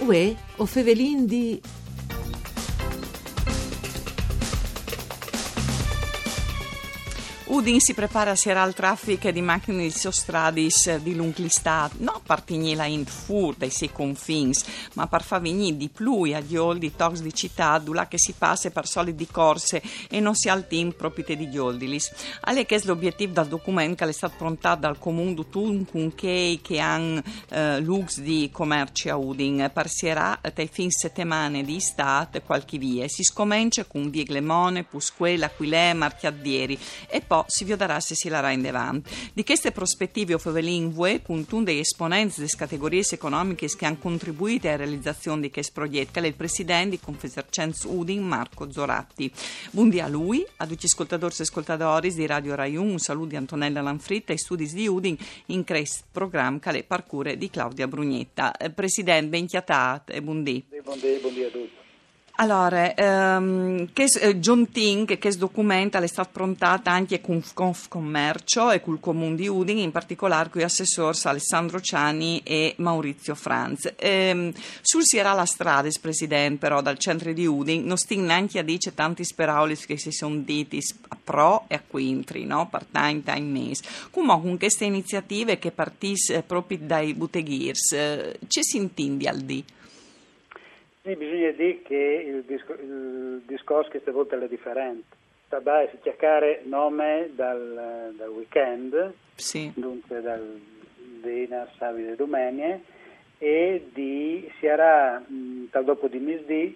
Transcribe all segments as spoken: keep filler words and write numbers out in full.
Uè, o Fevelin di... Udin si prepara sia al traffico di macchine di sostradis di l'Unclistat, non partigni in fur dai sei confini, ma per far venire di più agli oldi tox di città, dove che si passa per solidi corse e non si ha il team proprio di oldilis. Alle che è l'obiettivo dal documento che è stato prontato dal comune di Tun con che che hanno eh, lux di commerci a Udin, parserà dai fin settimane di estate qualche via. Si scomincia con vie Glemone, Pusquela, Aquilè, Marchiaddieri e poi si vedrà se si larà in davanti. Di queste prospettive Fevelin vue con un degli esponenti delle categorie economiche che hanno contribuito alla realizzazione di questo progetto, che è il presidente di Confesercenza Udin, Marco Zoratti. Buondì a lui, a tutti gli ascoltatori e ascoltatori di Radio Rai uno, un saluto di Antonella Lanfritta e studi di Udin in questo programma che è parcure di Claudia Brugnetta. Eh, presidente, ben chiatato e buondì. Buondì, buondì a tutti. Allora, ehm, che eh, John Tink, che documenta è stato prontato anche con Confcommercio e col Comune di Udin, in particolare con gli assessori Alessandro Ciani e Maurizio Franz. Ehm, sul si era la strada, presidente, però, dal centro di Udin, non stin neanche a dire tanti sperauli che si sono diti a pro e a quintri, no? Per time, time mese. Comunque, con queste iniziative che partisse proprio dai Buteghirs, eh, ci si intende al di? Sì, bisogna dire che il, discor- il discorso questa volta è differente. Tabà si cercare nome dal, dal weekend, sì. Dunque dal Dina, Sabato e Domenica, e di si era mh, dal dopo di misdì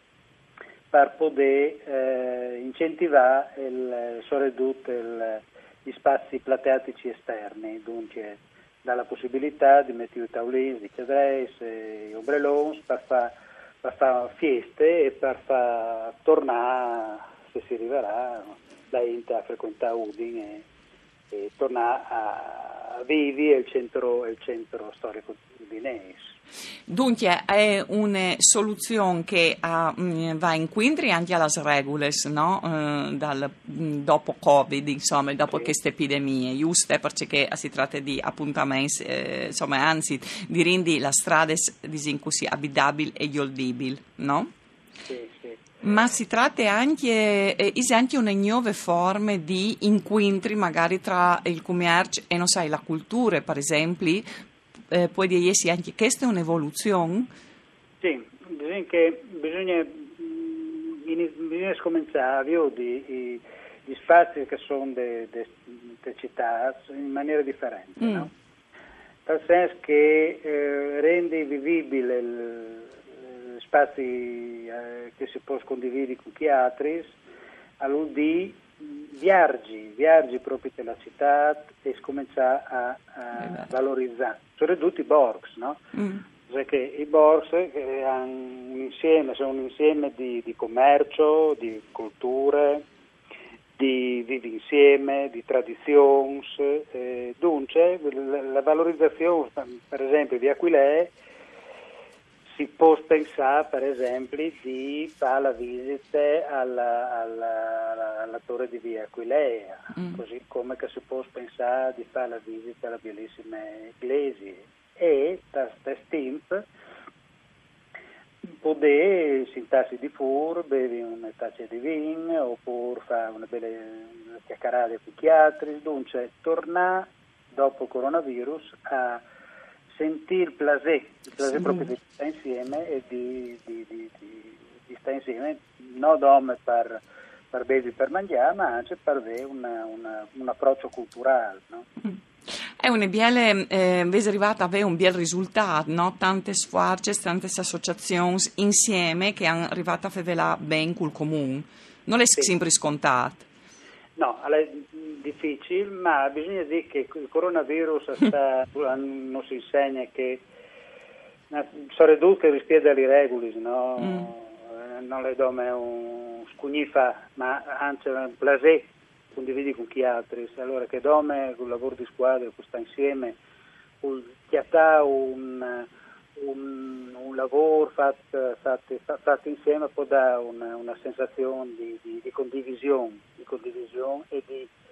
per poter eh, incentivare il soprattutto gli spazi plateatici esterni, dunque dalla possibilità di mettere i tavolini, di cadrei, i ombrellons per fare per fare feste e per far tornare, se si arriverà, la gente a frequentare Udin e, e tornare a, a vivi il centro, il centro storico udinese. Dunque è una soluzione che uh, va in quintri anche alle regole, no? Uh, dal, dopo Covid, insomma, dopo sì. Queste epidemie, giusto? Perché si tratta di appuntamenti, eh, insomma, anzi, di rendi la strada così abitabile e goldibile, no? Sì, sì. Ma si tratta anche, eh, anche una nuova forma di incontri magari tra il commercio e non sai, la cultura, per esempio. Eh, puoi dirsi anche che questa è un'evoluzione? Sì, bisogna, che, bisogna, bisogna scominciare a di gli spazi che sono delle città in maniera differente, mm. no? Nel senso che eh, rende vivibile gli spazi eh, che si può condividere con chi altri, all'udì viaggi, viaggi proprio della città e scominciare a, a valorizzare, soprattutto i borgs, no? Mm. Perché i borgs che hanno un insieme, sono un insieme di, di commercio, di culture, di vivi insieme, di tradizioni, eh, dunque la, la valorizzazione, per esempio, di Aquilè, si può pensare, per esempio, di fare la visita alla, alla, alla, alla torre di Via Aquilea, mm. così come che si può pensare di fare la visita alla bellissima iglesia. E, da stimp, poter sentarsi di fur, bevi una tazza di vino, oppure fare una bella chiacchierata con gli altri, dunque tornare, dopo il coronavirus, a sentire il plaisir, il plaisir sì. proprio di stare insieme e di, di, di, di, di stare insieme, non solo per, per bevi per mangiare, ma anche per avere una, una, un approccio culturale. No? È una biele, eh, è arrivata a avere un bel risultato, no? Tante sforze, tante associazioni insieme che hanno arrivato a fare ben col comune. Non è sì. sempre scontato. No, è difficile, ma bisogna dire che il coronavirus sta, non si insegna che sono ridotte rispetto alle regole, no? Mm. Non le do un scugnifa, ma anzi un plaisir condividi con chi altri. Allora che dome un lavoro di squadra, che sta insieme, che ha un, un, un lavoro fatto, fatto, fatto insieme può dare una, una sensazione di, di, di condivisione, di condivisione e di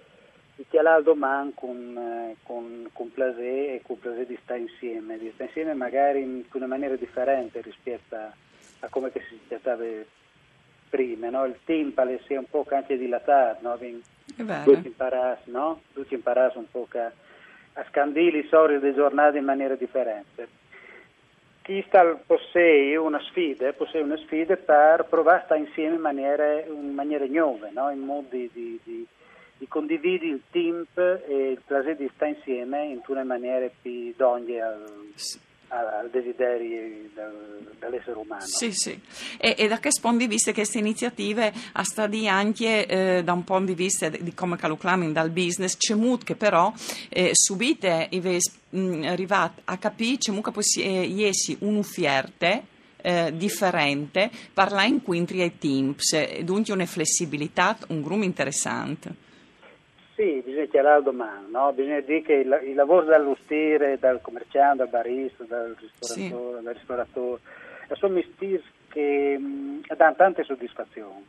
di chiamare domani con, eh, con, con piacere e con piacere di stare insieme, di stare insieme magari in una maniera differente rispetto a, a come che si trattava prima, no? Il team pare sia un po' anche dilatato, no? Tutti imparassero, no? Tutti imparassero un po' a, a scandire i sori delle giornate in maniera differente. Chi sta possei una sfida, possei una sfida per provare a stare insieme in maniere, in maniere nuove, no? In modo di, di, di, di condividere il team e il piacere di stare insieme in una maniera più d'ogni al, al desiderio del, dell'essere umano. Sì, sì. E, e da che punto di vista queste iniziative a stati anche eh, da un punto di vista di, di come calcolare dal business, c'è molto che però eh, subite è arrivato a capire c'è molto possibile essere un'offerta eh, differente parlare in quintri ai teams, dunque una flessibilità, un groom interessante. Sì, bisogna chiarare domani, no? Bisogna dire che il, il lavoro dall'ustiere, dal commerciante, dal barista, dal ristoratore, sì. dal ristoratore sono mestieri che mh, danno tante soddisfazioni,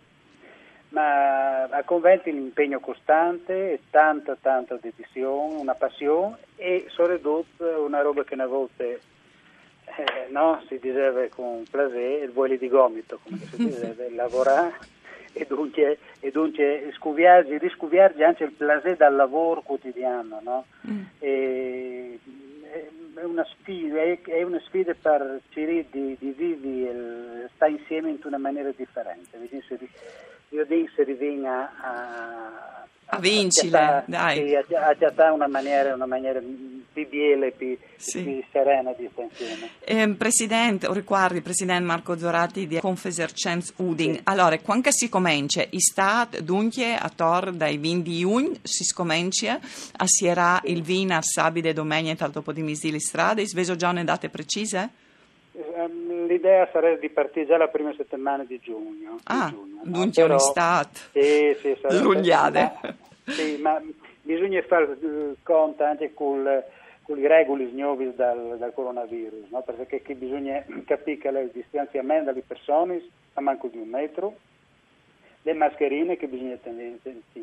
ma a conventi l'impegno costante, tanta tanta dedizione, una passione e soprattutto una roba che una volta eh, no, si diceva con piacere, il vuole di gomito, come si diceva, lavorare. E dunque, e dunque scuviarsi, riscuviarsi anche il piacere dal lavoro quotidiano, no? Mm. E, è una sfida, è, è una sfida per cercare di, di vivere, stare insieme in una maniera differente. Io dico se riviene a, a, a vincere, dai. A, a, a una maniera, una maniera più biele, più, sì. più serena di stare insieme. Eh, Presidente, ricordi, Presidente Marco Zorati di Confesercens Udin. Sì. Allora, quando si comincia, i stati dunque a tor dai venti di giugno si comincia a sierà sì. il vino a sabato e domenica al dopo di misili strade, sveso già le date precise? L'idea sarebbe di partire già la prima settimana di giugno. Ah, di giugno, dunque no? È un'estate. Sì, sì, lugliade. Ma, sì, ma bisogna fare conto anche con con i regoli nuovi dal, dal coronavirus, no? Perché che bisogna capire che il distanziamento dalle persone a manco di un metro, le mascherine che bisogna tenere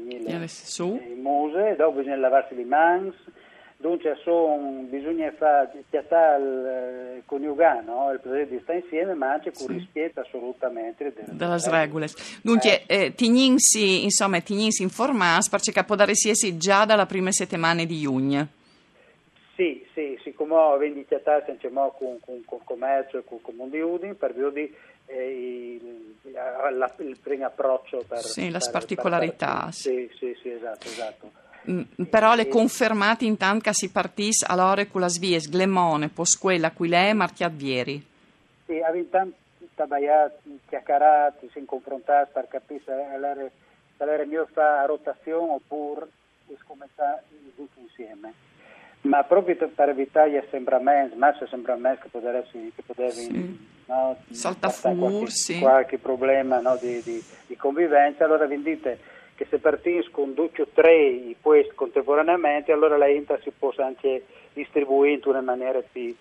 in muse, dopo bisogna lavarsi le mani, dunque son, bisogna fare il coniugare, no? Il piacere di stare insieme, ma anche con sì. rispetto assolutamente delle, delle regole. Dunque, eh. eh, tininsi, insomma, tininsi informati perché può dare sì già dalla prima settimana di giugno. Sì, sì, siccome vendicchiata sempre con il commercio e con il comune di Udine, per dire eh, il, la, il primo approccio per... Sì, per, la particolarità. Per, sì, sì, sì, esatto, esatto. Mm, però e, le confermate intanto che si partisse allora con la Svies, Glemone, Posquella, Aquilè e Marchiavieri. Sì, avevo intanto tagliati, chiacchierati, si confrontati per capire se era meglio fare a rotazione oppure scommessare tutti insieme. Ma proprio per evitare gli assembramenti, massi assembramenti che potrebbero che potrebbero sì. no, saltafur, sì. qualche problema no, di, di, di convivenza, allora vi dite che se partisse con due o tre questi contemporaneamente, allora la INTA si può anche distribuire in una maniera più,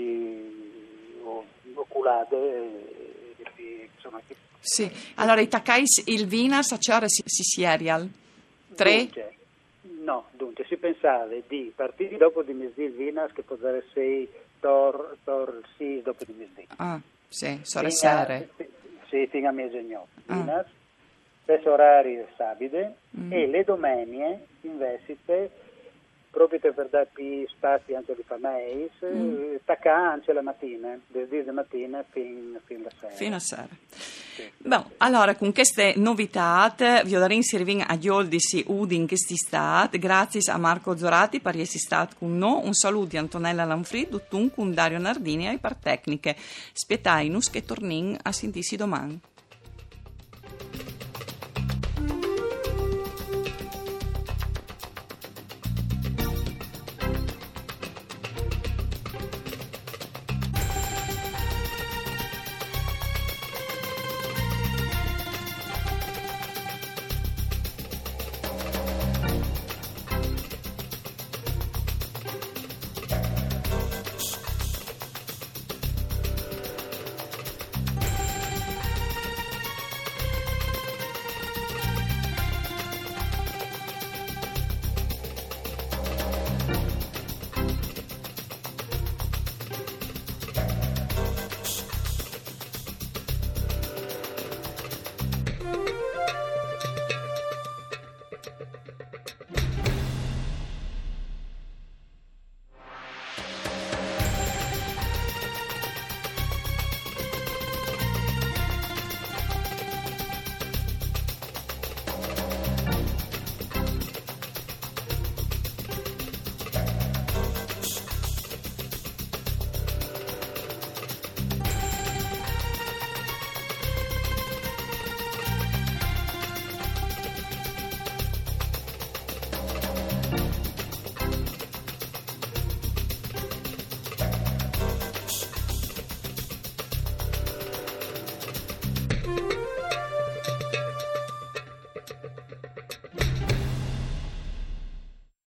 più oculata. Più, insomma, più, sì, allora i taccais il Vinas a c'era si, si serial? Tre? Dunque, no, dunque si pensava di partire dopo di mezzì il Vinas che potrebbe essere tor, tor sì dopo di mezzì. Ah, sì, sore sere. Sì, fino a mese gnò. Vinas, ah. stesso orario sabide mm. e le domeniche investite proprio per dare più spazi anche alle famiglie, mm. stacca anche la mattina, dalle dieci di mattina fino fin alla sera. Fino a sera. Sì. Bon, allora, con queste novità, vi ho servito a Giordisi Udin che sti stat, grazie a Marco Zorati per essere stato con noi, un saluto di Antonella Lanfrid, tuttun con Dario Nardini e per tecniche. Spettai nus che tornin a sentirsi domani. Italia.